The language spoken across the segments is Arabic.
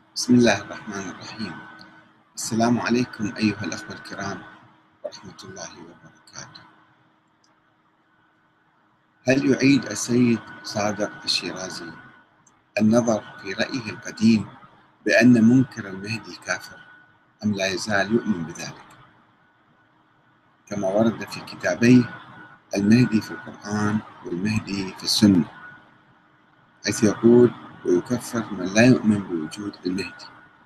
بسم الله الرحمن الرحيم. السلام عليكم أيها الأخوة الكرام ورحمة الله وبركاته. هل يعيد السيد صادق الشيرازي النظر في رأيه القديم بأن منكر المهدي كافر أم لا يزال يؤمن بذلك كما ورد في كتابيه المهدي في القرآن والمهدي في السنة، حيث يقول ويكفر من لا يؤمن بوجود المهدي؟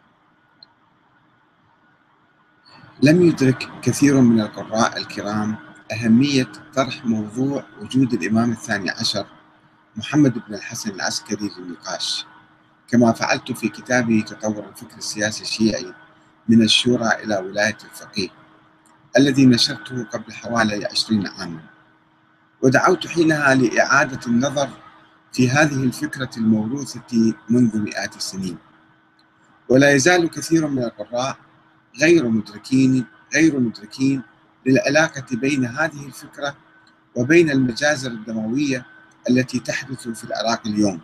لم يدرك كثير من القراء الكرام أهمية طرح موضوع وجود الإمام الثاني عشر محمد بن الحسن العسكري للنقاش، كما فعلت في كتابي تطور الفكر السياسي الشيعي من الشورى إلى ولاية الفقيه، الذي نشرته قبل حوالي 20 عاما، ودعوت حينها لإعادة النظر في هذه الفكرة الموروثة منذ مئات السنين. ولا يزال كثير من القراء غير مدركين للعلاقة بين هذه الفكرة وبين المجازر الدموية التي تحدث في العراق اليوم.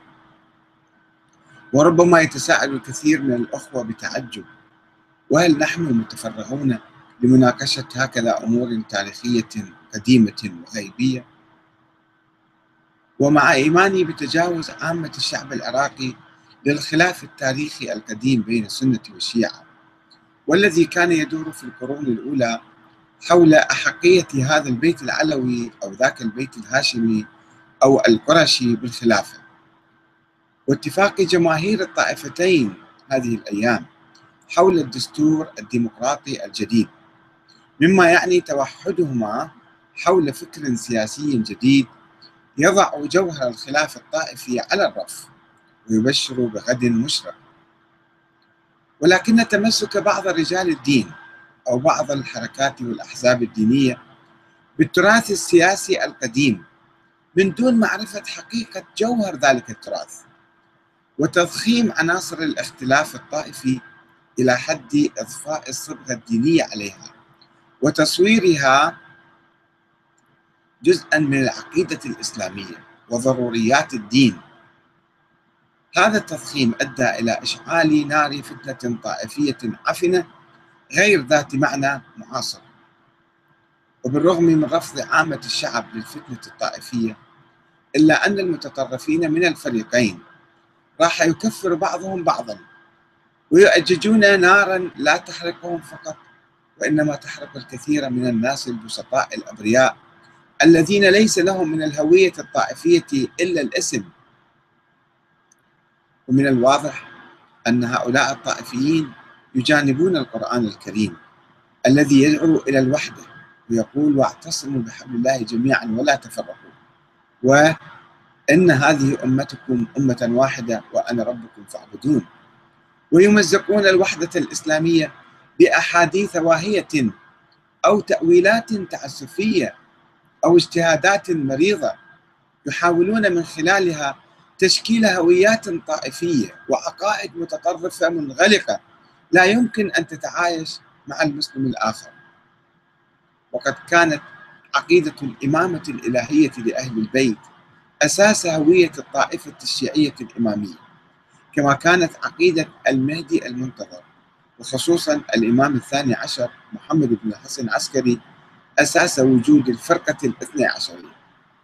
وربما يتساءل الكثير من الأخوة بتعجب: وهل نحن متفرغون لمناقشة هكذا أمور تاريخية قديمة وغيبية؟ ومع إيماني بتجاوز عامة الشعب العراقي للخلاف التاريخي القديم بين السنة والشيعة، والذي كان يدور في القرون الأولى حول أحقية هذا البيت العلوي أو ذاك البيت الهاشمي أو القرشي بالخلافة، واتفاق جماهير الطائفتين هذه الأيام حول الدستور الديمقراطي الجديد، مما يعني توحدهما حول فكر سياسي جديد يضع جوهر الخلاف الطائفي على الرف ويبشر بغد مشرق. ولكن تمسك بعض رجال الدين أو بعض الحركات والأحزاب الدينية بالتراث السياسي القديم من دون معرفة حقيقة جوهر ذلك التراث، وتضخيم عناصر الاختلاف الطائفي إلى حد إضفاء الصبغة الدينية عليها وتصويرها جزءا من العقيدة الإسلامية وضروريات الدين. هذا التضخيم أدى إلى إشعال نار فتنة طائفية عفنة غير ذات معنى معاصر. وبالرغم من رفض عامة الشعب للفتنة الطائفية، إلا أن المتطرفين من الفريقين راح يكفر بعضهم بعضا ويؤججون نارا لا تحرقهم فقط، وإنما تحرق الكثير من الناس البسطاء الأبرياء الذين ليس لهم من الهوية الطائفية إلا الاسم. ومن الواضح أن هؤلاء الطائفيين يجانبون القرآن الكريم الذي يدعو إلى الوحدة ويقول: واعتصموا بحبل الله جميعا ولا تفرقوا، وإن هذه أمتكم أمة واحدة وأنا ربكم فاعبدون. ويمزقون الوحدة الإسلامية بأحاديث واهية أو تأويلات تعسفية أو اجتهادات مريضة، يحاولون من خلالها تشكيل هويات طائفية وعقائد متطرفة منغلقة لا يمكن أن تتعايش مع المسلم الآخر. وقد كانت عقيدة الإمامة الإلهية لأهل البيت أساس هوية الطائفة الشيعية الإمامية، كما كانت عقيدة المهدي المنتظر وخصوصا الإمام الثاني عشر محمد بن الحسن العسكري أساس وجود الفرقة الاثني عشرية.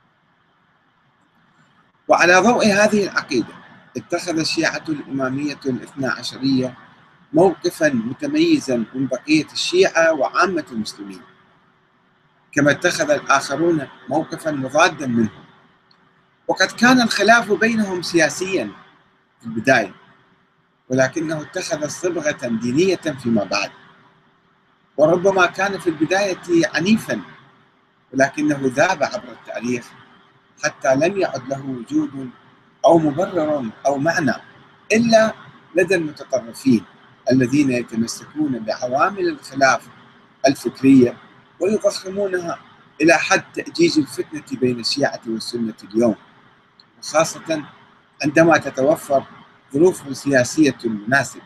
وعلى ضوء هذه العقيدة اتخذ الشيعة الإمامية الاثنى عشرية موقفا متميزا من بقية الشيعة وعامة المسلمين، كما اتخذ الآخرون موقفا مضادا منهم. وقد كان الخلاف بينهم سياسيا في البداية، ولكنه اتخذ صبغة دينية فيما بعد، وربما كان في البداية عنيفا، ولكنه ذاب عبر التاريخ حتى لم يعد له وجود أو مبرر أو معنى إلا لدى المتطرفين الذين يتمسكون بعوامل الخلاف الفكرية ويضخمونها إلى حد تأجيج الفتنة بين الشيعة والسنة اليوم، وخاصة عندما تتوفر ظروف سياسية مناسبة.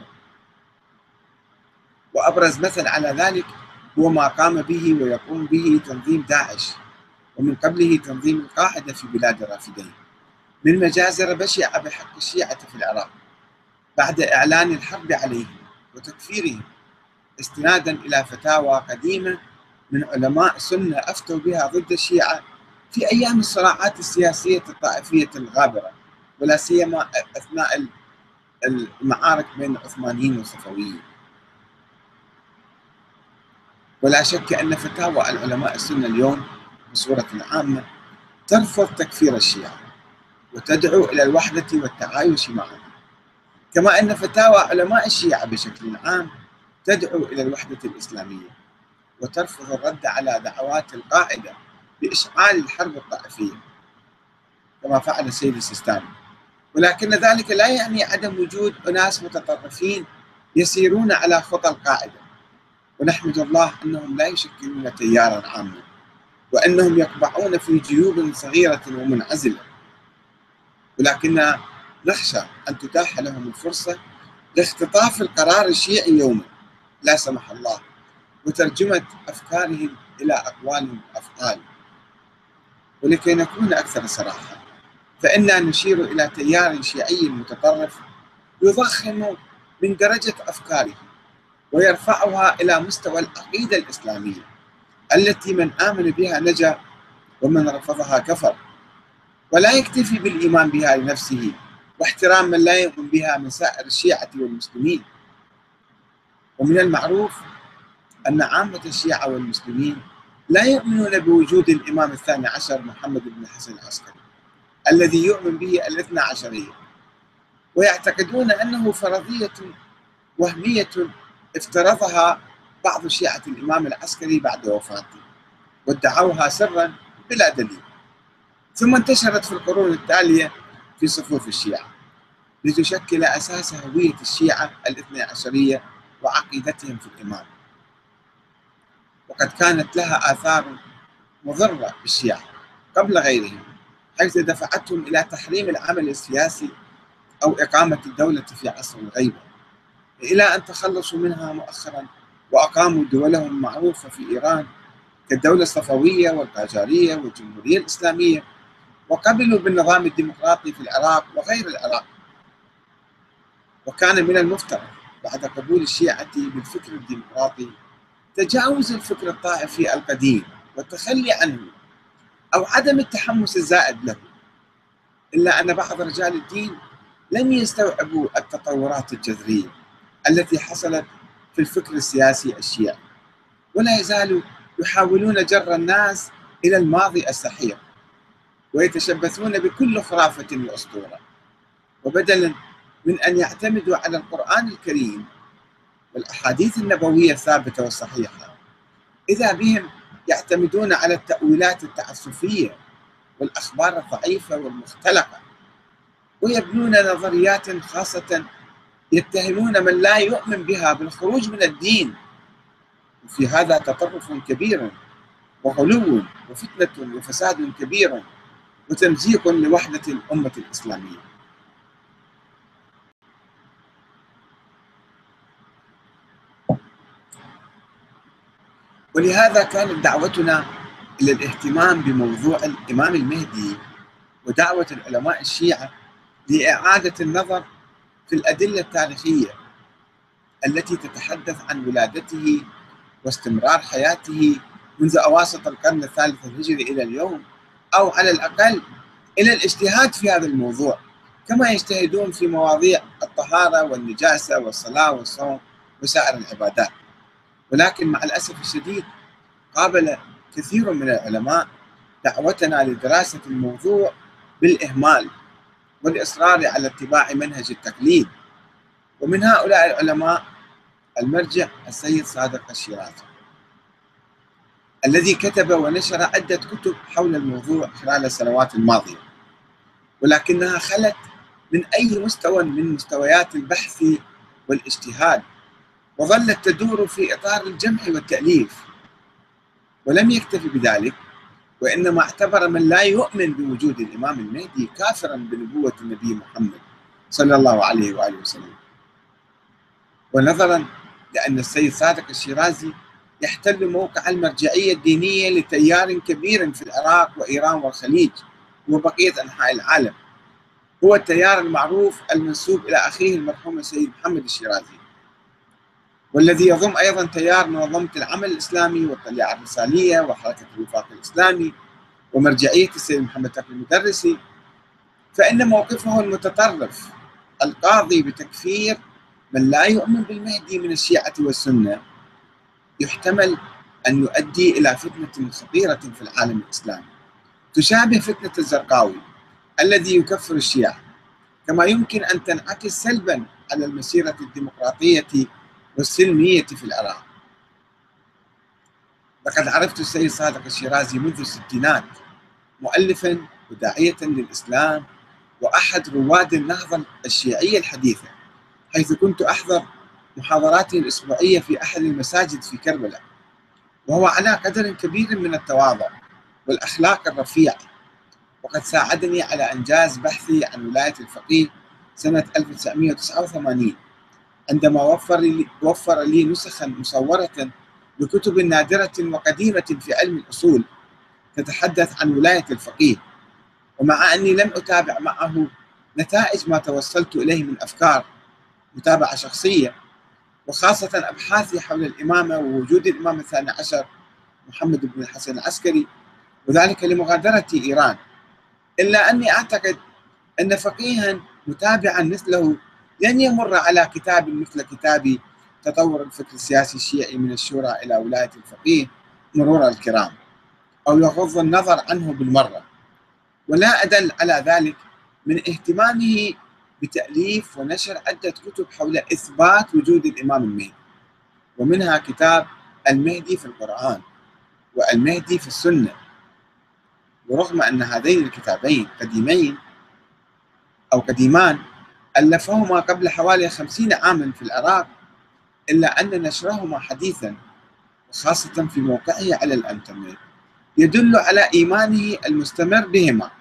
وأبرز مثل على ذلك هو ما قام به ويقوم به تنظيم داعش، ومن قبله تنظيم القاعدة في بلاد الرافدين، من مجازر بشعة بحق الشيعة في العراق بعد إعلان الحرب عليهم وتكفيرهم استنادا إلى فتاوى قديمة من علماء سنة أفتوا بها ضد الشيعة في أيام الصراعات السياسية الطائفية الغابرة، ولا سيما أثناء المعارك بين العثمانيين والصفويين. ولا شك أن فتاوى العلماء السنة اليوم بصورة عامة ترفض تكفير الشيعة وتدعو إلى الوحدة والتعايش معهم، كما أن فتاوى علماء الشيعة بشكل عام تدعو إلى الوحدة الإسلامية وترفض الرد على دعوات القاعدة بإشعال الحرب الطائفية كما فعل السيد السيستاني. ولكن ذلك لا يعني عدم وجود أناس متطرفين يسيرون على خطى القاعدة، ونحمد الله أنهم لا يشكلون تيارا عاما، وأنهم يقبعون في جيوب صغيرة ومنعزلة، ولكن نخشى أن تتاح لهم الفرصة لاختطاف القرار الشيعي يوما لا سمح الله، وترجمة أفكارهم إلى أقوال وأفعال. ولكي نكون أكثر صراحة، فإننا نشير إلى تيار شيعي متطرف يضخم من درجة أفكاره ويرفعها إلى مستوى العقيدة الإسلامية التي من آمن بها نجا ومن رفضها كفر، ولا يكتفي بالإيمان بها لنفسه واحترام من لا يؤمن بها من سائر الشيعة والمسلمين. ومن المعروف أن عامة الشيعة والمسلمين لا يؤمنون بوجود الإمام الثاني عشر محمد بن الحسن العسكري الذي يؤمن به الاثنى عشرية، ويعتقدون أنه فرضية وهمية افترضها بعض شيعة الإمام العسكري بعد وفاته، وادعوها سرا بلا دليل، ثم انتشرت في القرون التالية في صفوف الشيعة لتشكل أساس هوية الشيعة الاثنى عشرية وعقيدتهم في الإمام. وقد كانت لها آثار مضرة بالشيعة قبل غيرهم، حيث دفعتهم إلى تحريم العمل السياسي أو إقامة الدولة في عصر الغيبة، إلى أن تخلصوا منها مؤخرا وأقاموا دولهم المعروفة في إيران كالدولة الصفوية والقاجارية والجمهورية الإسلامية، وقبلوا بالنظام الديمقراطي في العراق وغير العراق. وكان من المفترض بعد قبول الشيعة بالفكر الديمقراطي تجاوز الفكر الطائفي القديم والتخلي عنه أو عدم التحمس الزائد له، إلا أن بعض رجال الدين لم يستوعبوا التطورات الجذرية التي حصلت في الفكر السياسي الشيعي، ولا يزالوا يحاولون جر الناس إلى الماضي السحيق ويتشبثون بكل خرافة وأسطورة، وبدلا من أن يعتمدوا على القرآن الكريم والأحاديث النبوية الثابتة والصحيحة، إذا بهم يعتمدون على التأويلات التعسفية والأخبار الضعيفة والمختلقة، ويبنون نظريات خاصة يتهمون من لا يؤمن بها بالخروج من الدين. وفي هذا تطرف كبير وغلو وفتنة وفساد كبير وتمزيق لوحدة الأمة الإسلامية. ولهذا كانت دعوتنا إلى الاهتمام بموضوع الإمام المهدي ودعوة العلماء الشيعة لإعادة النظر في الأدلة التاريخية التي تتحدث عن ولادته واستمرار حياته منذ أواسط القرن الثالث الهجري إلى اليوم، أو على الأقل إلى الاجتهاد في هذا الموضوع كما يجتهدون في مواضيع الطهارة والنجاسة والصلاة والصوم وسائر العبادات. ولكن مع الأسف الشديد قابل كثير من العلماء دعوتنا لدراسة الموضوع بالإهمال والإصرار على اتباع منهج التقليد، ومن هؤلاء العلماء المرجع السيد صادق الشيرازي الذي كتب ونشر عدة كتب حول الموضوع خلال السنوات الماضية، ولكنها خلت من أي مستوى من مستويات البحث والاجتهاد، وظلت تدور في إطار الجمع والتأليف. ولم يكتفي بذلك، وإنما اعتبر من لا يؤمن بوجود الإمام المهدي كافرا بنبوة النبي محمد صلى الله عليه وآله وسلم. ونظرا لأن السيد صادق الشيرازي يحتل موقع المرجعية الدينية لتيار كبير في العراق وإيران والخليج وبقية أنحاء العالم، هو التيار المعروف المنسوب إلى أخيه المرحوم السيد محمد الشيرازي، والذي يضم أيضا تيار منظمة العمل الإسلامي والطليعة الرسالية وحركة الوفاق الإسلامي ومرجعية السيد محمد تقي المدرسي. فإن موقفه المتطرف القاضي بتكفير من لا يؤمن بالمهدي من الشيعة والسنة يحتمل أن يؤدي إلى فتنة خطيرة في العالم الإسلامي تشابه فتنة الزرقاوي الذي يكفر الشيعة، كما يمكن أن تنعكس سلبا على المسيرة الديمقراطية والسلمية في العراق. لقد عرفت السيد صادق الشيرازي منذ الستينات مؤلفا وداعية للإسلام وأحد رواد النهضة الشيعية الحديثة، حيث كنت أحضر محاضراته الأسبوعية في أحد المساجد في كربلاء، وهو على قدر كبير من التواضع والأخلاق الرفيعة، وقد ساعدني على إنجاز بحثي عن ولاية الفقيه سنة 1989 عندما وفر لي نسخا مصورة بكتب نادرة وقديمة في علم الأصول تتحدث عن ولاية الفقيه، ومع أني لم أتابع معه نتائج ما توصلت إليه من أفكار متابعة شخصية، وخاصة أبحاثي حول الإمامة ووجود الإمام الثاني عشر محمد بن الحسن العسكري، وذلك لمغادرة إيران، إلا أني أعتقد أن فقيها متابعا مثله لن يمر على كتاب مثل كتابي تطور الفكر السياسي الشيعي من الشورى إلى ولاية الفقيه مرور الكرام، أو يغض النظر عنه بالمرة. ولا أدل على ذلك من اهتمامه بتأليف ونشر عدة كتب حول إثبات وجود الإمام المهدي، ومنها كتاب المهدي في القرآن والمهدي في السنة. ورغم أن هذين الكتابين قديمان ألفهما قبل حوالي 50 عاما في العراق، إلا أن نشرهما حديثا وخاصة في موقعه على الإنترنت يدل على إيمانه المستمر بهما.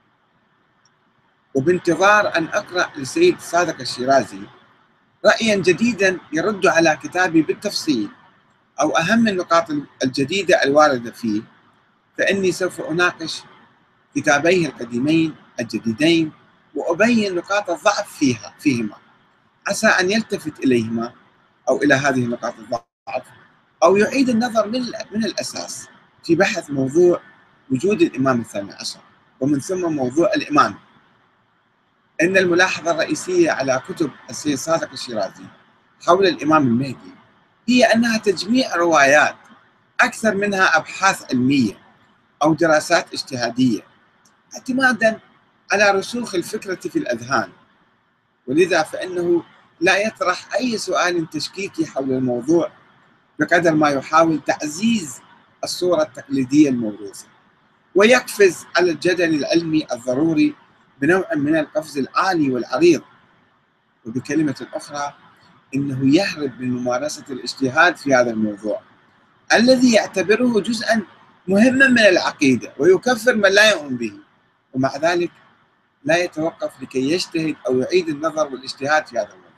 وبانتظار أن أقرأ للسيد صادق الشيرازي رأيا جديدا يرد على كتابي بالتفصيل أو أهم النقاط الجديدة الواردة فيه، فإني سوف أناقش كتابيه القديمين الجديدين وأبين نقاط الضعف فيهما، عسى أن يلتفت إليهما أو إلى هذه نقاط الضعف، أو يعيد النظر من الأساس في بحث موضوع وجود الإمام الثاني عشر، ومن ثم موضوع الإمامة. إن الملاحظة الرئيسية على كتب السيد صادق الشيرازي حول الإمام المهدي هي أنها تجميع روايات أكثر منها أبحاث علمية أو دراسات اجتهادية، اعتمادا على رسوخ الفكرة في الأذهان، ولذا فإنه لا يطرح أي سؤال تشكيكي حول الموضوع بقدر ما يحاول تعزيز الصورة التقليدية الموروثة، ويقفز على الجدل العلمي الضروري بنوع من القفز العالي والعريض. وبكلمة أخرى إنه يهرب من ممارسة الاجتهاد في هذا الموضوع الذي يعتبره جزءا مهما من العقيدة، ويكفر من لا يؤمن به، ومع ذلك لا يتوقف لكي يجتهد أو يعيد النظر والاجتهاد في هذا الموضوع.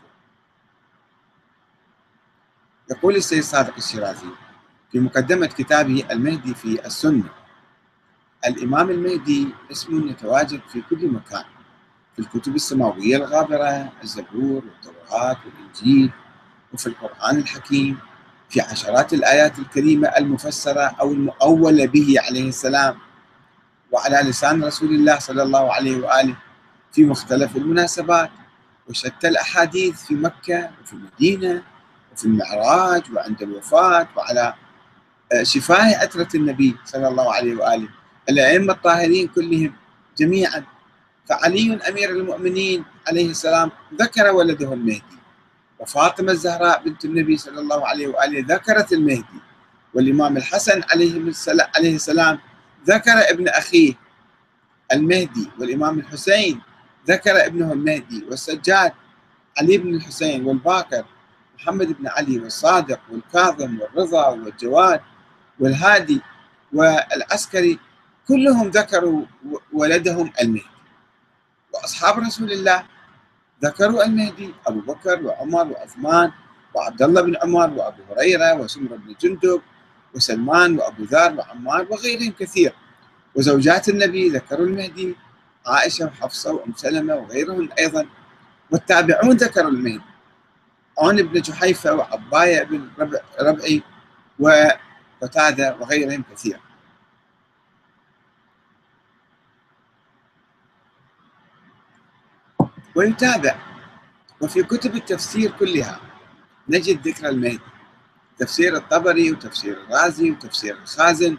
يقول السيد صادق الشيرازي في مقدمة كتابه المهدي في السنة: الإمام المهدي اسم يتواجد في كل مكان، في الكتب السماوية الغابرة، الزبور والتوراة والإنجيل، وفي القرآن الحكيم، في عشرات الآيات الكريمة المفسرة أو المؤولة به عليه السلام، وعلى لسان رسول الله صلى الله عليه وآله في مختلف المناسبات، وشتى الأحاديث في مكة وفي المدينة وفي المعراج وعند الوفاة، وعلى شفاه عترة النبي صلى الله عليه وآله الأئمة الطاهرين كلهم جميعا. فعلي أمير المؤمنين عليه السلام ذكر ولده المهدي، وفاطمة الزهراء بنت النبي صلى الله عليه وآله ذكرت المهدي، والإمام الحسن عليه السلام ذكر ابن أخيه المهدي، والإمام الحسين ذكر ابنه المهدي، والسجاد علي بن الحسين، والباقر محمد بن علي، والصادق والكاظم والرضا والجواد والهادي والعسكري، كلهم ذكروا ولدهم المهدي. وأصحاب رسول الله ذكروا المهدي: أبو بكر وعمر وعثمان وعبد الله بن عمر وأبو هريرة وسمرة بن جندب وسلمان وأبو ذر وعمار وغيرهم كثير. وزوجات النبي ذكروا المهدي عائشة وحفصة وأم سلمة وغيرهم أيضا، والتابعون ذكروا المهدي، عون بن جحيفة وعباية بن ربعي وقتادة وغيرهم كثير. ويتابع، وفي كتب التفسير كلها نجد ذكر المهدي، تفسير الطبري وتفسير الرازي وتفسير الخازن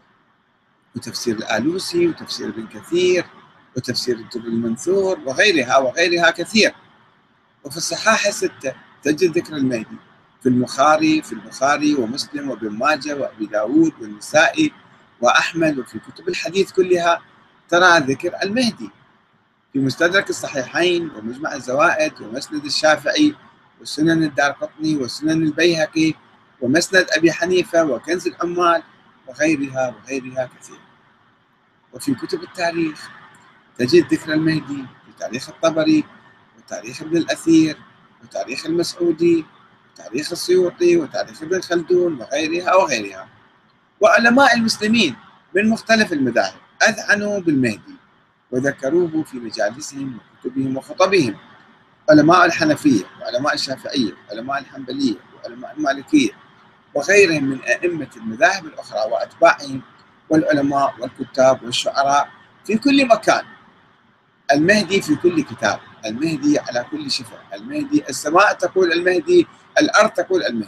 وتفسير الآلوسي وتفسير ابن كثير وتفسير الدر المنثور وغيرها وغيرها كثير. وفي الصحاح الستة تجد ذكر المهدي في البخاري ومسلم وابن ماجه وأبي داود والنسائي وأحمد، وفي كتب الحديث كلها ترى ذكر المهدي في مستدرك الصحيحين ومجمع الزوائد ومسند الشافعي وسنن الدارقطني وسنن البيهقي ومسند أبي حنيفة وكنز العمال وغيرها كثير. وفي كتب التاريخ تجد ذكر المهدي في تاريخ الطبري وتاريخ ابن الأثير وتاريخ المسعودي وتاريخ السيوطي وتاريخ ابن خلدون وغيرها. وعلماء المسلمين من مختلف المذاهب أذعنوا بالمهدي وذكروه في مجالسهم وكتبهم وخطبهم، علماء الحنفية وعلماء الشافعية وعلماء الحنبلية وعلماء المالكية وغيرهم من أئمة المذاهب الأخرى وأتباعهم والعلماء والكتاب والشعراء في كل مكان. المهدي في كل كتاب، المهدي على كل شفة، المهدي السماء تقول المهدي، الأرض تقول المهدي.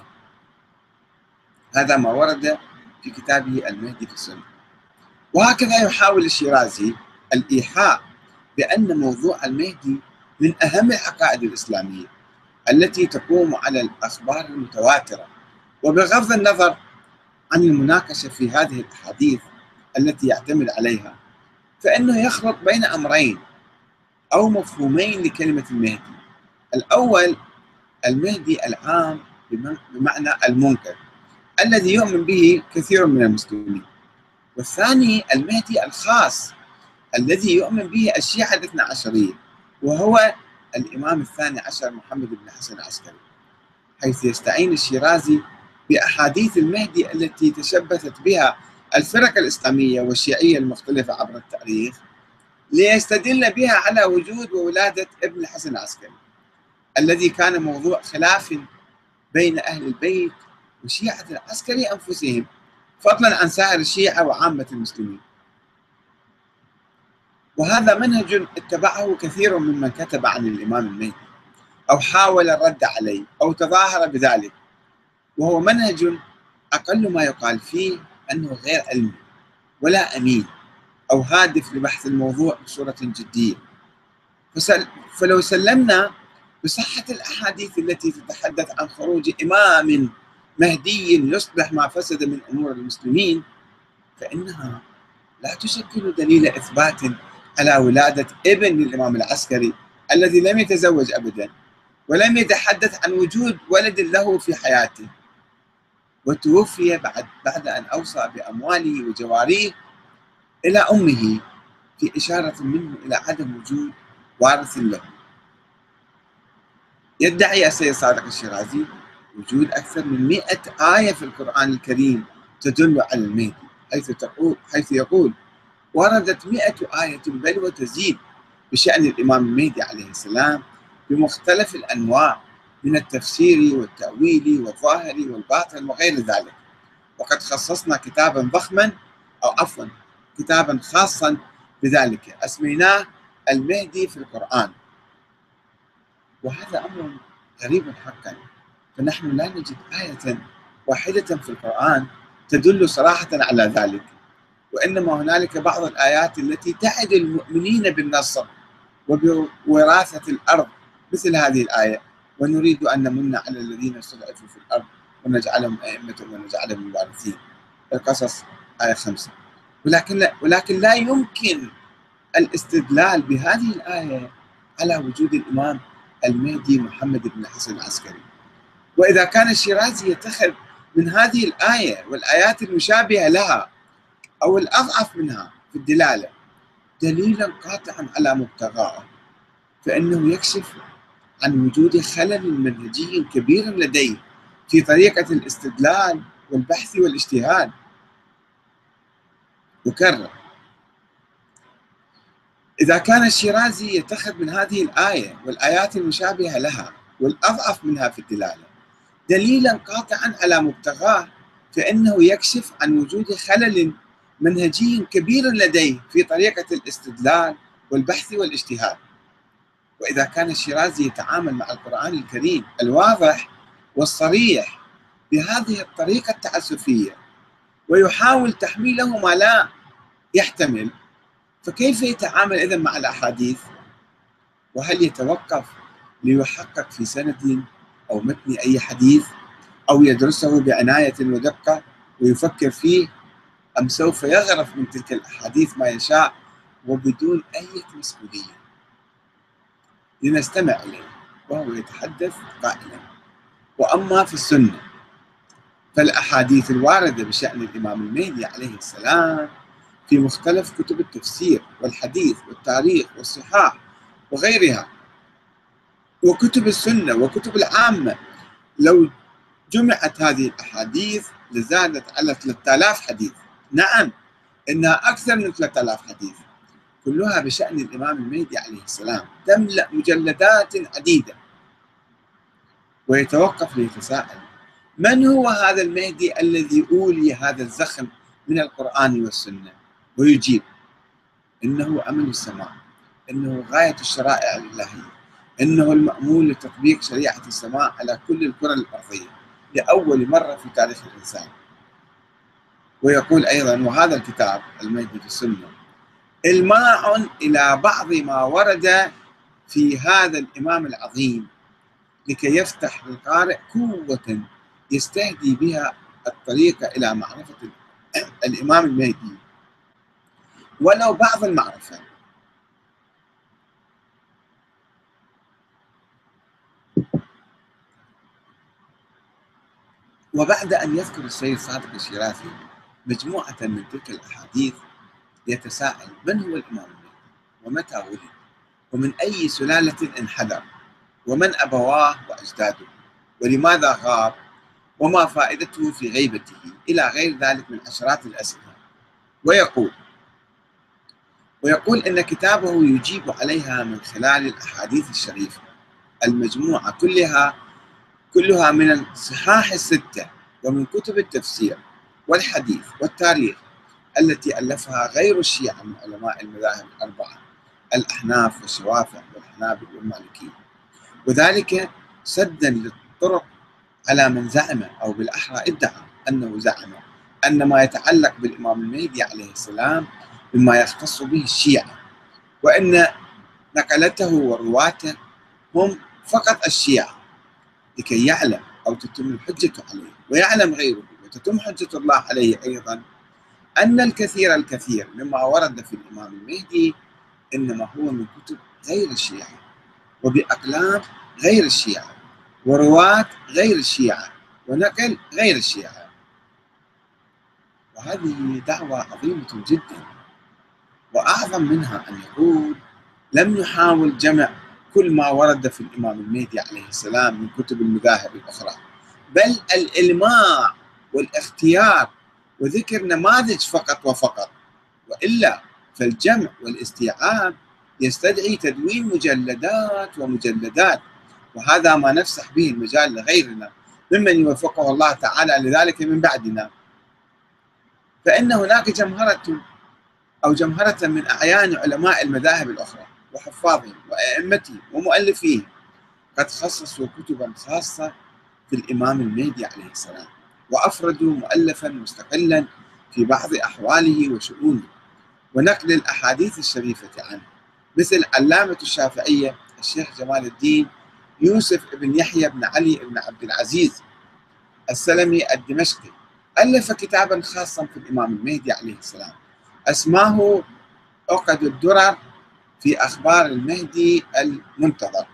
هذا ما ورد في كتابه المهدي في السنة. وهكذا يحاول الشيرازي الإيحاء بأن موضوع المهدي من أهم العقائد الإسلامية التي تقوم على الأخبار المتواترة، وبغض النظر عن المناقشة في هذه الأحاديث التي يعتمد عليها، فإنه يخلط بين أمرين أو مفهومين لكلمة المهدي. الأول المهدي العام بمعنى المنكر الذي يؤمن به كثير من المسلمين، والثاني المهدي الخاص الذي يؤمن به الشيعة الاثنى عشرية، وهو الإمام الثاني عشر محمد بن حسن العسكري، حيث يستعين الشيرازي بأحاديث المهدي التي تشبثت بها الفرق الإسلامية والشيعية المختلفة عبر التاريخ ليستدل بها على وجود وولادة ابن الحسن العسكري الذي كان موضوع خلاف بين أهل البيت وشيعة العسكري أنفسهم، فضلا عن سائر الشيعة وعامة المسلمين. وهذا منهج اتبعه كثير ممن كتب عن الإمام المهدي أو حاول الرد عليه أو تظاهر بذلك، وهو منهج أقل ما يقال فيه أنه غير علمي ولا أمين أو هادف لبحث الموضوع بصورة جدية. فلو سلمنا بصحة الأحاديث التي تتحدث عن خروج إمام مهدي يصلح ما فسد من أمور المسلمين، فإنها لا تشكل دليل إثبات على ولادة ابن للإمام العسكري الذي لم يتزوج أبدا ولم يتحدث عن وجود ولد له في حياته، وتوفي بعد أن أوصى بأمواله وجواريه إلى أمه، في إشارة منه إلى عدم وجود وارث له. يدعي السيد صادق الشيرازي وجود أكثر من 100 آية في القرآن الكريم تدل على المهدي، حيث يقول وردت 100 آية بل وتزيد بشأن الإمام المهدي عليه السلام بمختلف الأنواع من التفسير والتأويل والظاهر والباطن وغير ذلك. وقد خصصنا كتابا ضخما كتابا خاصا بذلك أسميناه المهدي في القرآن. وهذا أمر غريب حقا، فنحن لا نجد آية واحدة في القرآن تدل صراحة على ذلك، وإنما هنالك بعض الآيات التي تعد المؤمنين بالنصر وبوراثة الأرض مثل هذه الآية، ونريد أن نمن على الذين استضعفوا في الأرض ونجعلهم أئمة ونجعلهم الوارثين. القصص آية 5. ولكن لا يمكن الاستدلال بهذه الآية على وجود الإمام المهدي محمد بن الحسن العسكري. وإذا كان الشيرازي يتخذ من هذه الآية والآيات المشابهة لها أو الأضعف منها في الدلالة دليلا قاطعا على مبتغاه، فإنه يكشف عن وجود خلل منهجي كبير لديه في طريقة الاستدلال والبحث والاجتهاد. وكرر إذا كان الشيرازي يتخذ من هذه الآية والآيات المشابهة لها والأضعف منها في الدلالة دليلا قاطعا على مبتغاه، فإنه يكشف عن وجود خلل منهجي كبير لديه في طريقة الاستدلال والبحث والاجتهاد. وإذا كان الشيرازي يتعامل مع القرآن الكريم الواضح والصريح بهذه الطريقة التعسفية ويحاول تحميله ما لا يحتمل، فكيف يتعامل إذن مع الأحاديث؟ وهل يتوقف ليحقق في سند أو متن أي حديث أو يدرسه بعناية ودقة ويفكر فيه، أم سوف يغرف من تلك الأحاديث ما يشاء وبدون أي مسؤولية؟ لنستمع إليه وهو يتحدث قائلا: وأما في السنة فالأحاديث الواردة بشأن الإمام المهدي عليه السلام في مختلف كتب التفسير والحديث والتاريخ والصحاح وغيرها وكتب السنة وكتب العامة، لو جمعت هذه الأحاديث لزادت على 3000 حديث. نعم، إنها أكثر من 3000 حديث، كلها بشأن الإمام المهدي عليه السلام، تملأ مجلدات عديدة. ويتوقف ليتساءل: من هو هذا المهدي الذي أولي هذا الزخم من القرآن والسنة؟ ويجيب: إنه أمل السماء، إنه غاية الشرائع الإلهية، إنه المأمول لتطبيق شريعة السماء على كل الكرة الأرضية لأول مرة في تاريخ الإنسان. ويقول أيضا: وهذا الكتاب المهدي في السنة إلماع إلى بعض ما ورد في هذا الإمام العظيم لكي يفتح للقارئ قوة يستهدي بها الطريق إلى معرفة الإمام المهدي ولو بعض المعرفة. وبعد أن يذكر السيد صادق الشيرازي مجموعة من تلك الأحاديث يتساءل: من هو الإمام المهدي؟ ومتى ولد؟ ومن أي سلالة انحدر؟ ومن أبواه وأجداده؟ ولماذا غاب؟ وما فائدته في غيبته؟ إلى غير ذلك من عشرات الأسئلة. ويقول إن كتابه يجيب عليها من خلال الأحاديث الشريفة المجموعة كلها من الصحاح الستة ومن كتب التفسير والحديث والتاريخ التي ألفها غير الشيعة من علماء المذاهب الأربعة: الأحناف والشوافع والحنابل والمالكية، وذلك سدا للطرق على من زعم أو بالأحرى ادعى أنه زعم أن ما يتعلق بالإمام المهدي عليه السلام مما يختص به الشيعة، وأن نقلته ورواته هم فقط الشيعة، لكي يعلم أو تتم الحجة عليه ويعلم غيره وتتم حجة الله عليه أيضا أن الكثير مما ورد في الإمام المهدي إنما هو من كتب غير الشيعة وبأقلام غير الشيعة ورواة غير الشيعة ونقل غير الشيعة. وهذه دعوة عظيمة جدا، وأعظم منها أن يقول: لم نحاول جمع كل ما ورد في الإمام المهدي عليه السلام من كتب المذاهب الأخرى، بل الإلماع والاختيار وذكر نماذج فقط وفقط، وإلا فالجمع والاستيعاب يستدعي تدوين مجلدات ومجلدات، وهذا ما نفسح به المجال لغيرنا ممن يوفقه الله تعالى لذلك من بعدنا. فإن هناك جمهرة من أعيان علماء المذاهب الأخرى وحفاظهم وأئمتهم ومؤلفيهم قد خصصوا كتبا خاصة في الإمام المهدي عليه السلام، وأفردوا مؤلفا مستقلا في بعض أحواله وشؤونه ونقل الأحاديث الشريفة عنه، مثل علامة الشافعية الشيخ جمال الدين يوسف بن يحيى بن علي بن عبد العزيز السلمي الدمشقي، ألف كتابا خاصا في الإمام المهدي عليه السلام اسماه عقد الدرر في أخبار المهدي المنتظر.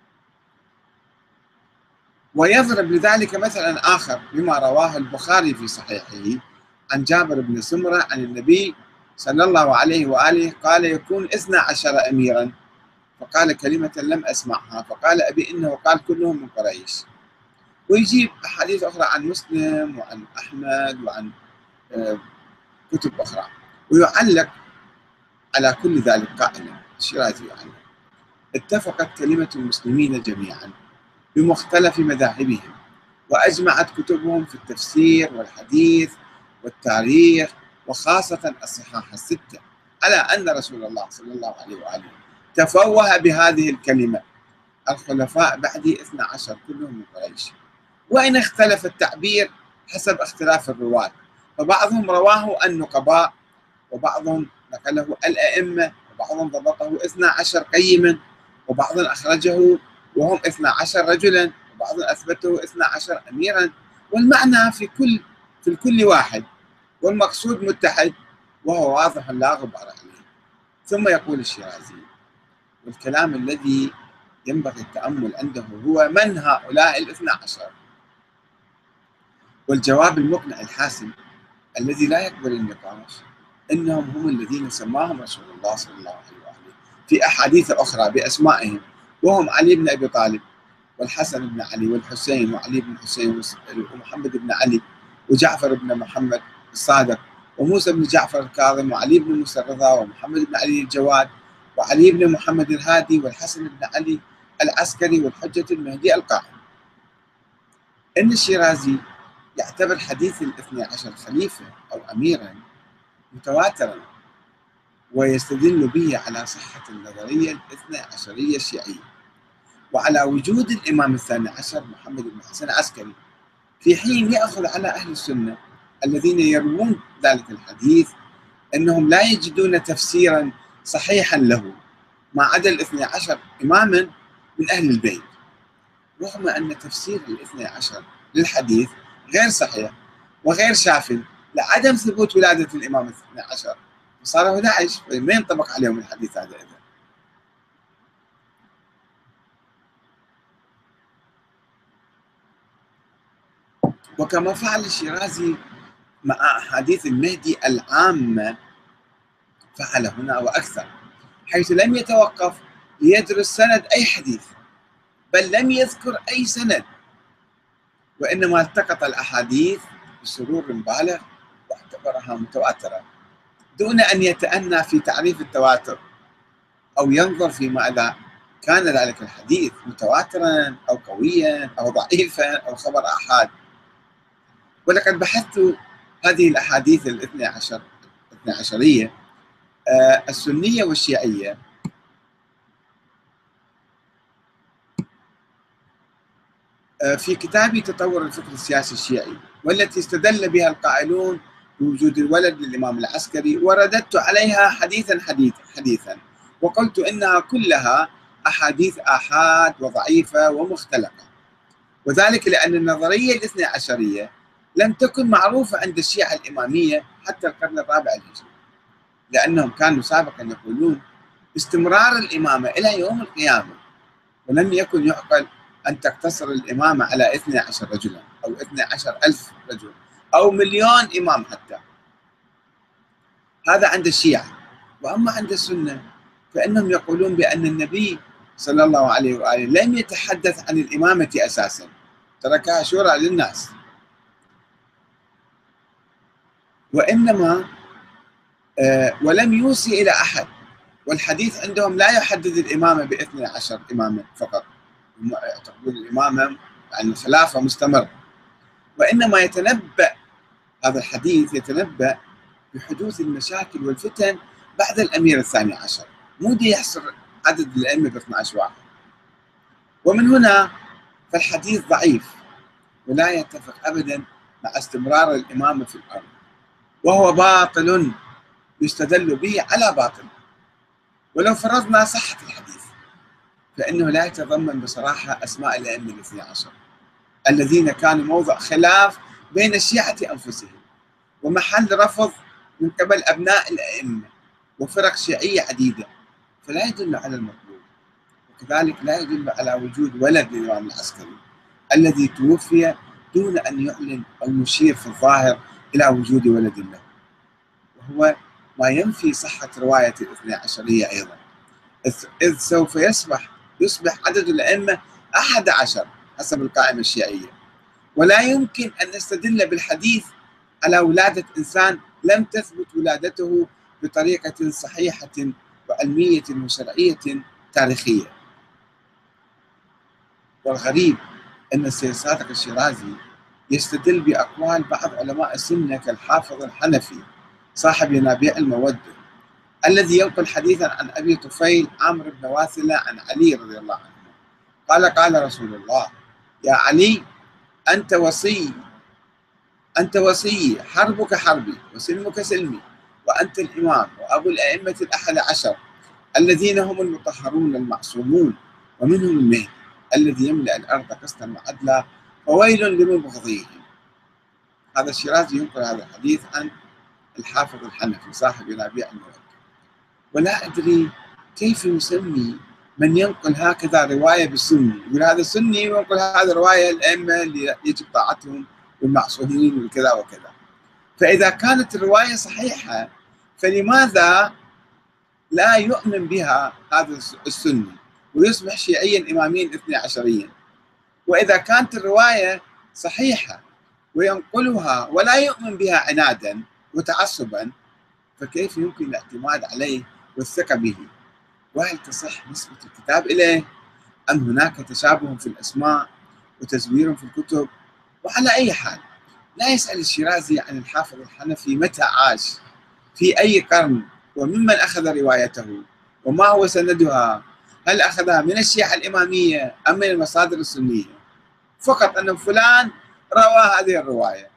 ويضرب لذلك مثلا آخر بما رواه البخاري في صحيحه عن جابر بن سمرة عن النبي صلى الله عليه وآله قال: يكون 12 أميرا، فقال كلمة لم أسمعها، فقال أبي إنه قال كلهم من قريش. ويجيب أحاديث أخرى عن مسلم وعن أحمد وعن كتب أخرى، ويعلق على كل ذلك قائلا: الشيرازي يعني اتفقت كلمة المسلمين جميعا بمختلف مذاهبهم، وأجمعت كتبهم في التفسير والحديث والتاريخ وخاصة الصحاح الستة على أن رسول الله صلى الله عليه وآله تفوه بهذه الكلمة: الخلفاء بعدي 12 كلهم من قريش. وإن اختلف التعبير حسب اختلاف الرواة، فبعضهم رواه النقباء، وبعضهم نقله الأئمة، وبعضهم ضبطه 12 قيما، وبعض أخرجه وهم 12 رجلا، وبعض أثبته 12 أميرا، والمعنى في الكل واحد، والمقصود متحد، وهو واضح لا غبار عليه. ثم يقول الشيرازي: والكلام الذي ينبغي التأمل عنده هو من هؤلاء الاثنى عشر؟ والجواب المقنع الحاسم الذي لا يقبل النقاش إنهم هم الذين سماهم رسول الله صلى الله عليه وآله في أحاديث أخرى بأسمائهم، وهم علي بن أبي طالب، والحسن بن علي، والحسين، وعلي بن حسين، ومحمد بن علي، وجعفر بن محمد الصادق، وموسى بن جعفر الكاظم، وعلي بن موسى الرضا، ومحمد بن علي الجواد، وعلي بن محمد الهادي، والحسن بن علي العسكري، والحجة المهدي القائم. إن الشيرازي يعتبر حديث الاثني عشر خليفة أو أميرا متواترا، ويستدل به على صحة النظرية الاثنى عشرية الشيعية، وعلى وجود الإمام الثاني عشر محمد بن حسن العسكري، في حين يأخذ على أهل السنة الذين يروون ذلك الحديث أنهم لا يجدون تفسيرا صحيحا له ما عدا الاثني عشر إماما من أهل البيت، رغم أن تفسير الاثني عشر للحديث غير صحيح وغير شاف لعدم ثبوت ولادة الإمام الثاني عشر، فصاروا 11 ما ينطبق عليهم الحديث هذا إذا. وكما فعل الشيرازي مع أحاديث المهدي العامة فعل هنا وأكثر، حيث لم يتوقف ليدرس سند أي حديث، بل لم يذكر أي سند، وإنما التقط الأحاديث بسرور بالغ واعتبرها متواترة، دون أن يتأنى في تعريف التواتر أو ينظر فيما إذا كان ذلك الحديث متواترا أو قويا أو ضعيفا أو خبر آحاد. ولقد بحثت هذه الأحاديث الاثنى عشرية السنية والشيعية في كتابي تطور الفكر السياسي الشيعي، والتي استدل بها القائلون بوجود الولد للإمام العسكري، ورددت عليها حديثا وقلت إنها كلها أحاديث آحاد وضعيفة ومختلقة، وذلك لأن النظرية الاثنى عشرية لم تكن معروفة عند الشيعة الإمامية حتى القرن الرابع الهجري، لأنهم كانوا سابقا يقولون باستمرار الإمامة إلى يوم القيامة، ولم يكن يعقل أن تقتصر الإمامة على 12 رجلا أو 12,000 رجل أو مليون إمام حتى. هذا عند الشيعة. وأما عند السنة فإنهم يقولون بأن النبي صلى الله عليه وآله لم يتحدث عن الإمامة أساسا، تركها شورى للناس، وإنما ولم يوصي إلى أحد، والحديث عندهم لا يحدد الإمامة ب12 إماما فقط، يعتقدون الإمامة يعني الخلافة مستمر، وإنما يتنبأ هذا الحديث يتنبأ بحدوث المشاكل والفتن بعد الأمير الثاني عشر، مو دي يحصر عدد الأئمة ب 12 واحد. ومن هنا فالحديث ضعيف ولا يتفق أبدا مع استمرار الإمامة في الأرض، وهو باطل يستدل به على باطل. ولو فرضنا صحة الحديث فإنه لا يتضمن بصراحة أسماء الأئمة الاثني عشر الذين كانوا موضع خلاف بين الشيعة أنفسهم ومحل رفض من قبل أبناء الأئمة وفرق شيعية عديدة، فلا يدل على المطلوب. وكذلك لا يدل على وجود ولد للإمام العسكري الذي توفي دون أن يعلن أو يشير في الظاهر إلى وجود ولد له، وهو ما ينفي صحة رواية الاثني عشرية أيضا، إذ سوف يصبح عدد الأئمة 11 حسب القائمة الشيعية، ولا يمكن أن نستدل بالحديث على ولادة إنسان لم تثبت ولادته بطريقة صحيحة وعلمية وشرعية تاريخية. والغريب أن السيد صادق الشيرازي يستدل بأقوال بعض علماء السنة كالحافظ الحنفي صاحب ينابيع المودة، الذي ينقل حديثا عن أبي طفيل عمرو بن واثلة عن علي رضي الله عنه قال رسول الله: يا علي، أنت وصي، حربك حربي وسلمك سلمي، وأنت الإمام وأبو الأئمة ال11 الذين هم المطهرون المعصومون، ومنهم المهدي الذي يملأ الأرض قسطا وعدلا، فويل لمبغضيهم. هذا الشيرازي ينقل هذا الحديث عن الحافظ الحنفي صاحب ينابيع المودة. ولا أدري كيف يسمي من ينقل هكذا رواية بالسني، يقول هذا سني وينقل هذا رواية الأئمة اللي يجب طاعتهم والمعصومين وكذا وكذا. فإذا كانت الرواية صحيحة فلماذا لا يؤمن بها هذا السني ويصبح شيعيا إماميا 12؟ وإذا كانت الرواية صحيحة وينقلها ولا يؤمن بها عنادا وتعصبا، فكيف يمكن الاعتماد عليه والثقة به؟ وهل تصح نسبة الكتاب إليه؟ أم هناك تشابه في الأسماء وتزوير في الكتب؟ وعلى أي حال، لا يسأل الشيرازي عن الحافظ الحنفي متى عاش، في أي قرن، وممن أخذ روايته، وما هو سندها، هل أخذها من الشيعة الإمامية أم من المصادر السنية، فقط أن فلان روى هذه الرواية.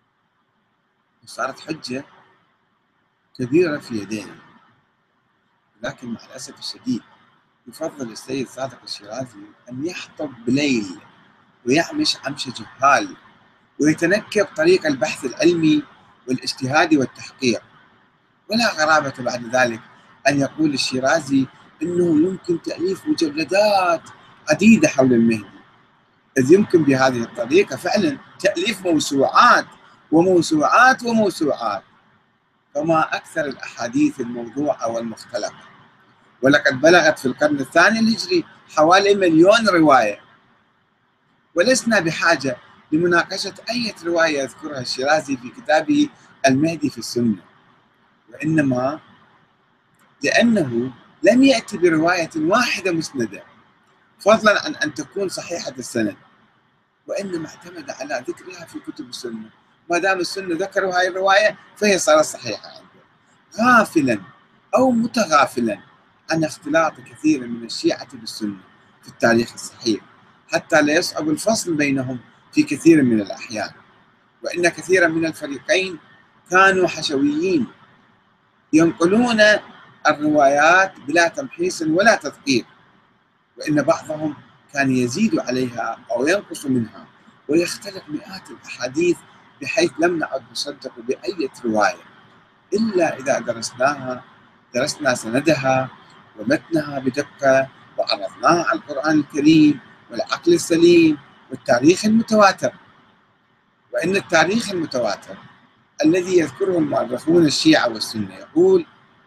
وصارت حجة كبيرة في يديه. لكن مع الأسف الشديد يفضل السيد صادق الشيرازي أن يحطب بليل ويعمش عمش جهال ويتنكب طريق البحث العلمي والاجتهاد والتحقيق. ولا غرابة بعد ذلك أن يقول الشيرازي أنه يمكن تأليف مجلدات عديدة حول المهدي، إذ يمكن بهذه الطريقة فعلا تأليف موسوعات وموسوعات وموسوعات. فما أكثر الأحاديث الموضوعة والمختلقة، ولقد بلغت في القرن الثاني الهجري حوالي 1,000,000 رواية. ولسنا بحاجة لمناقشة أي رواية يذكرها الشيرازي في كتابه المهدي في السنة، وإنما لأنه لم يأتي برواية واحدة مسندة، فضلا عن أن تكون صحيحة السند، وإنما اعتمد على ذكرها في كتب السنة. ما دام السنة ذكروا هذه الرواية فهي صارت صحيحة عنده، غافلا أو متغافلا عن اختلاط كثير من الشيعة بالسنة في التاريخ الصحيح، حتى لا يصعب الفصل بينهم في كثير من الأحيان. وإن كثيرا من الفريقين كانوا حشويين ينقلون الروايات بلا تمحيص ولا تدقيق، وإن بعضهم كان يزيد عليها أو ينقص منها ويختلق مئات الأحاديث بحيث لم نعد نصدق بأي رواية إلا إذا درسنا سندها ومتنها بدقة وعرضناها على القرآن الكريم والعقل السليم والتاريخ المتواتر. وإن التاريخ المتواتر الذي يذكره المؤرخون الشيعة والسنة يقول: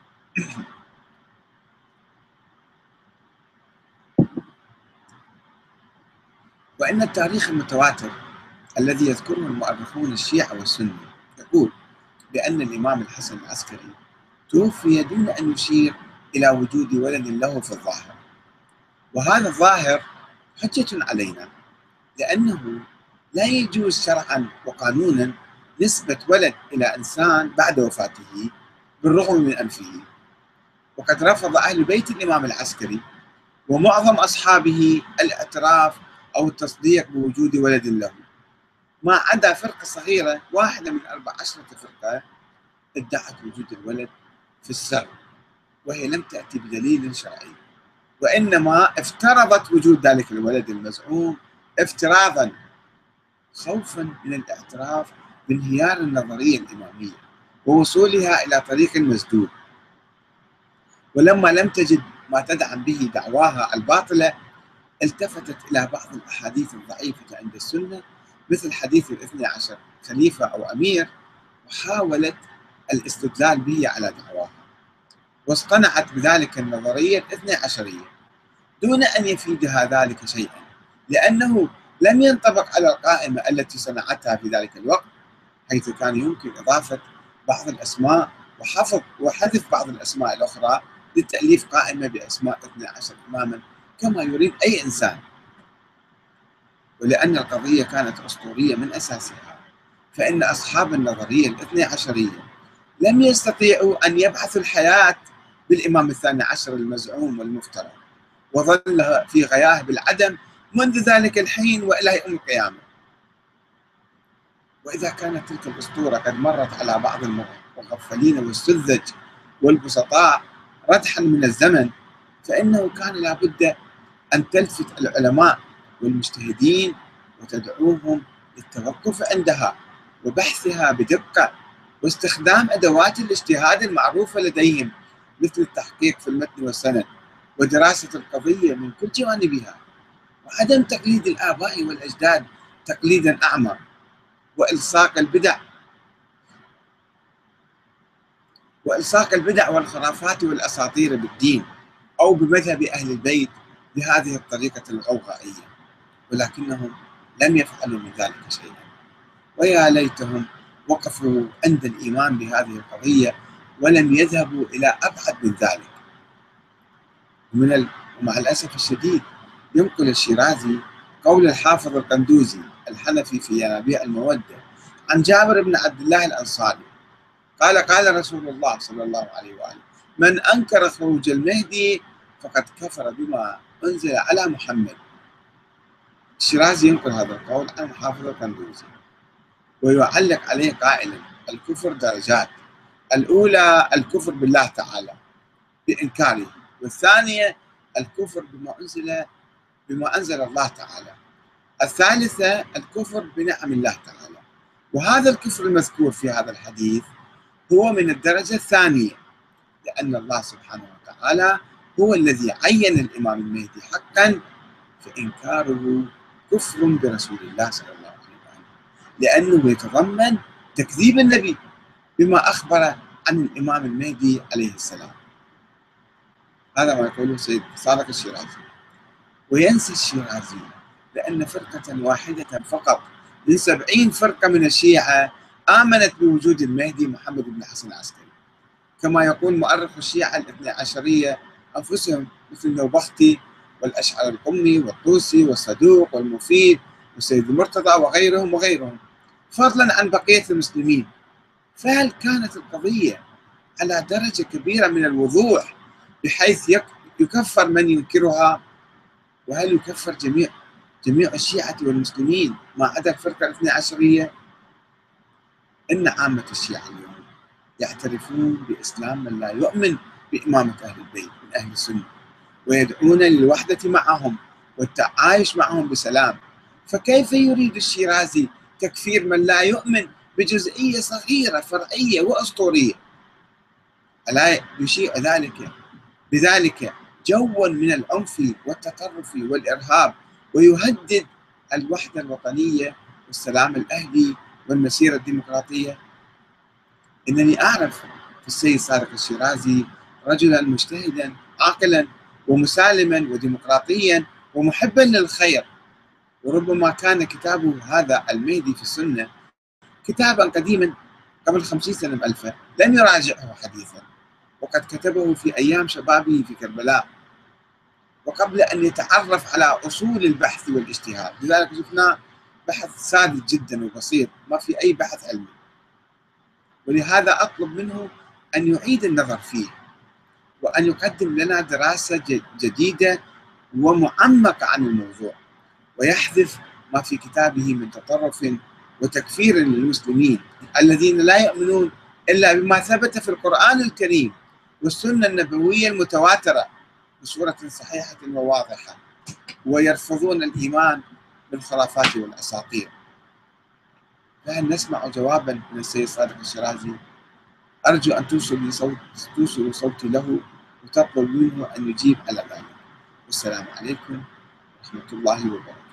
وإن التاريخ المتواتر الذي يذكره المؤرخون الشيعة والسنة يقول بأن الإمام الحسن العسكري توفي دون أن يشير إلى وجود ولد له في الظاهر. وهذا الظاهر حجة علينا، لأنه لا يجوز شرعا وقانونا نسبة ولد إلى إنسان بعد وفاته بالرغم من أنفه. وقد رفض أهل بيت الإمام العسكري ومعظم أصحابه الاعتراف أو التصديق بوجود ولد له، ما عدا فرقة صغيرة واحدة من 14 فرقة ادعت وجود الولد في السر، وهي لم تأتي بدليل شرعي، وإنما افترضت وجود ذلك الولد المزعوم افتراضا خوفا من الاعتراف بانهيار النظرية الإمامية ووصولها إلى طريق مسدود. ولما لم تجد ما تدعم به دعواها الباطلة التفتت إلى بعض الأحاديث الضعيفة عند السنة مثل حديث ال12 خليفة أو أمير، وحاولت الاستدلال به على دعواها، واصطنعت بذلك النظرية الاثني عشرية دون أن يفيدها ذلك شيئا، لأنه لم ينطبق على القائمة التي صنعتها في ذلك الوقت، حيث كان يمكن إضافة بعض الأسماء وحذف بعض الأسماء الأخرى لتأليف قائمة بأسماء 12 إماما كما يريد أي إنسان، ولأن القضية كانت أسطورية من أساسها، فإن أصحاب النظرية الاثني عشرية لم يستطيعوا أن يبعثوا الحياة بالإمام الثاني عشر المزعوم والمفترض، وظل في غياه بالعدم منذ ذلك الحين وإلى يوم القيامة. وإذا كانت تلك الأسطورة قد مرت على بعض المغفلين والسذج والبسطاء ردحا من الزمن، فإنه كان لابد أن تلفت العلماء والمجتهدين وتدعوهم للتوقف عندها وبحثها بدقة واستخدام أدوات الاجتهاد المعروفة لديهم، مثل التحقيق في المتن والسند ودراسة القضية من كل جوانبها، وعدم تقليد الآباء والأجداد تقليدا أعمى، وإلصاق البدع والخرافات والأساطير بالدين أو بمذهب أهل البيت بهذه الطريقة الغوغائية. ولكنهم لم يفعلوا من ذلك شيئا، ويا ليتهم وقفوا عند الإيمان بهذه القضية ولم يذهبوا إلى أبعد من ذلك. ومع الأسف الشديد ينقل الشيرازي قول الحافظ القندوزي الحنفي في ينابيع المودة عن جابر بن عبد الله الأنصاري قال: قال رسول الله صلى الله عليه وآله: من أنكر خروج المهدي فقد كفر بما أنزل على محمد. الشيرازي ينقل هذا القول عن الحافظ القندوزي ويعلق عليه قائلا: الكفر درجات، الأولى الكفر بالله تعالى بإنكاره، والثانية الكفر بما أنزل الله تعالى، الثالثة الكفر بنعم الله تعالى. وهذا الكفر المذكور في هذا الحديث هو من الدرجة الثانية، لأن الله سبحانه وتعالى هو الذي عين الإمام المهدي حقا، فإنكاره كفر برسول الله صلى الله عليه وسلم، لأنه يتضمن تكذيب النبي بما أخبر عن الإمام المهدي عليه السلام. هذا ما يقوله سيد صادق الشيرازي. وينسى الشيرازي بأن فرقة واحدة فقط من 70 فرقة من الشيعة آمنت بوجود المهدي محمد بن حسن العسكري، كما يقول مؤرخ الشيعة الاثني عشرية أنفسهم، مثل النوبختي والأشعر القمي والطوسي والصدوق والمفيد والسيد المرتضى وغيرهم، فضلا عن بقية المسلمين. فهل كانت القضية على درجة كبيرة من الوضوح بحيث يكفر من ينكرها؟ وهل يكفر جميع الشيعة والمسلمين ما عدا الفرقة الاثني عشرية؟ إن عامة الشيعة اليوم يعترفون بإسلام من لا يؤمن بإمامة أهل البيت من أهل السنة، ويدعون للوحدة معهم والتعايش معهم بسلام. فكيف يريد الشيرازي تكفير من لا يؤمن بجزئية صغيرة فرعية وأسطورية؟ ألا يشيع بذلك جوا من العنف والتطرف والإرهاب، ويهدد الوحدة الوطنية والسلام الأهلي والمسيرة الديمقراطية؟ إنني أعرف في السيد صادق الشيرازي رجلا مجتهدا عاقلا ومسالما وديمقراطيا ومحبا للخير، وربما كان كتابه هذا المهدي في السنة كتابا قديما قبل 50 سنة بألفة لم يراجعه حديثا، وقد كتبه في أيام شبابه في كربلاء وقبل أن يتعرف على أصول البحث والاجتهاد. لذلك شفنا بحث ساذج جدا وبسيط، ما في أي بحث علمي، ولهذا أطلب منه أن يعيد النظر فيه وأن يقدم لنا دراسة جديدة ومعمقة عن الموضوع، ويحذف ما في كتابه من تطرف وتكفير للمسلمين الذين لا يؤمنون إلا بما ثبت في القرآن الكريم والسنة النبوية المتواترة بصورة صحيحة وواضحة، ويرفضون الإيمان بالخرافات والأساطير. فهل نسمع جوابا من السيد صادق الشيرازي؟ أرجو أن توصلوا صوتي له وتطلب منه أن يجيب على ذلك. والسلام عليكم ورحمة الله وبركاته.